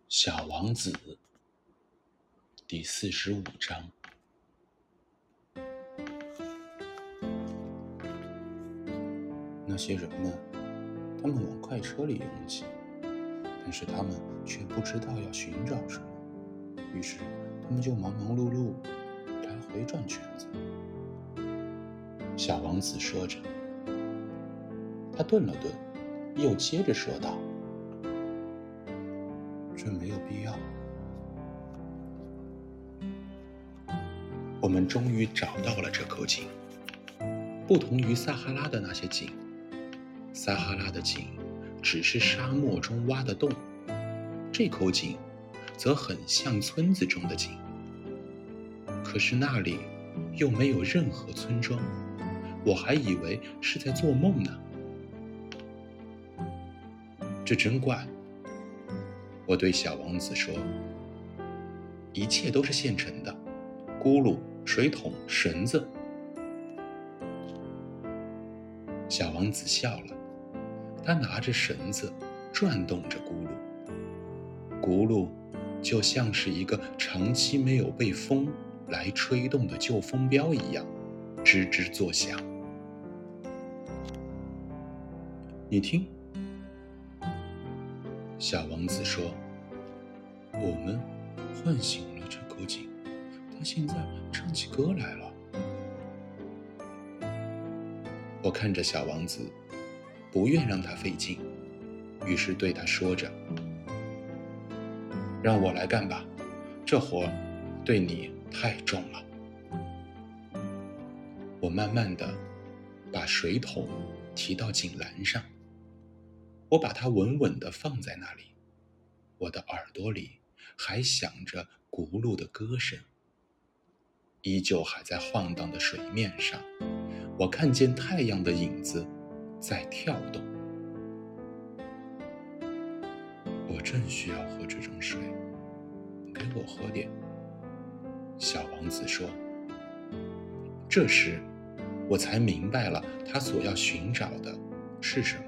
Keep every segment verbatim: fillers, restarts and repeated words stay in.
小王子第四十五章。那些人们，他们往快车里拥挤，但是他们却不知道要寻找什么，于是他们就忙忙碌碌，来回转圈子。小王子说着，他顿了顿，又接着说道：这没有必要。我们终于找到了这口井。不同于撒哈拉的那些井，撒哈拉的井只是沙漠中挖的洞，这口井则很像村子中的井。可是那里又没有任何村庄，我还以为是在做梦呢。这真怪，我对小王子说，一切都是现成的，咕噜、水桶、绳子。小王子笑了，他拿着绳子转动着咕噜，咕噜就像是一个长期没有被风来吹动的旧风标一样，吱吱作响。你听，小王子说，我们唤醒了这口井，它现在唱起歌来了。我看着小王子，不愿让他费劲，于是对他说着，让我来干吧，这活对你太重了。我慢慢地把水桶提到井栏上，我把它稳稳地放在那里，我的耳朵里还响着咕噜的歌声。依旧还在晃荡的水面上，我看见太阳的影子在跳动。我正需要喝这种水，给我喝点，小王子说。这时我才明白了他所要寻找的是什么。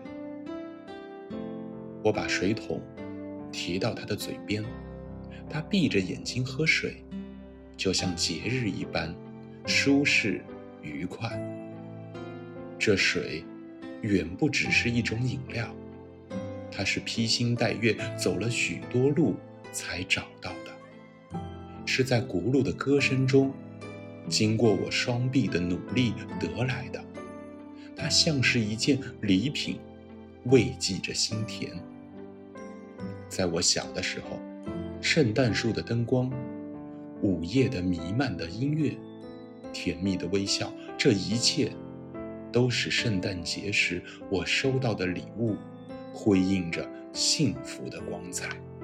我把水桶提到他的嘴边，他闭着眼睛喝水，就像节日一般舒适愉快。这水远不只是一种饮料，它是披星戴月走了许多路才找到的，是在咕噜的歌声中经过我双臂的努力得来的。它像是一件礼品，慰藉着心田。在我小的时候，圣诞树的灯光，午夜的弥漫的音乐，甜蜜的微笑，这一切都是圣诞节时我收到的礼物，辉映着幸福的光彩。